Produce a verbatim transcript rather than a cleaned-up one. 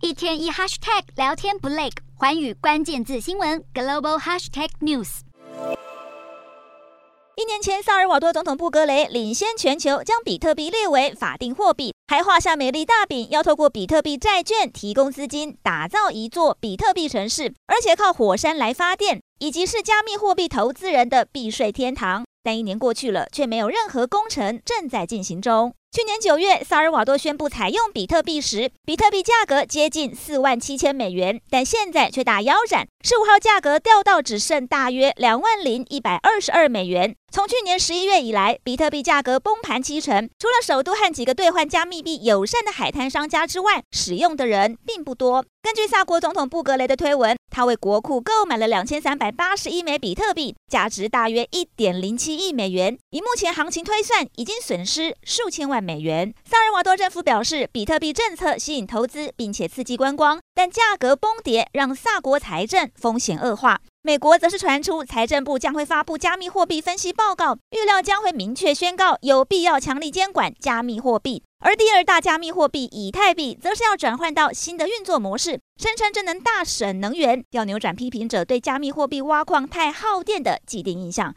一天一 hashtag 聊天不累，寰宇关键字新闻 global hashtag news。 一年前，萨尔瓦多总统布格雷领先全球，将比特币列为法定货币，还画下美丽大饼，要透过比特币债券提供资金，打造一座比特币城市，而且靠火山来发电，以及是加密货币投资人的避税天堂。但一年过去了，却没有任何工程正在进行中。去年九月，萨尔瓦多宣布采用比特币时，比特币价格接近四万七千美元，但现在却打腰斩，十五号价格掉到只剩大约两万零一百二十二美元。从去年十一月以来，比特币价格崩盘七成，除了首都和几个兑换加密币友善的海滩商家之外，使用的人并不多。根据萨国总统布格雷的推文，他为国库购买了两千三百八十一枚比特币，价值大约一点零七亿美元。以目前行情推算，已经损失数千万美元。萨尔瓦多政府表示，比特币政策吸引投资，并且刺激观光，但价格崩跌让萨国财政风险恶化。美国则是传出财政部将会发布加密货币分析报告，预料将会明确宣告有必要强力监管加密货币。而第二大加密货币以太币则是要转换到新的运作模式，声称这能大省能源，要扭转批评者对加密货币挖矿太耗电的既定印象。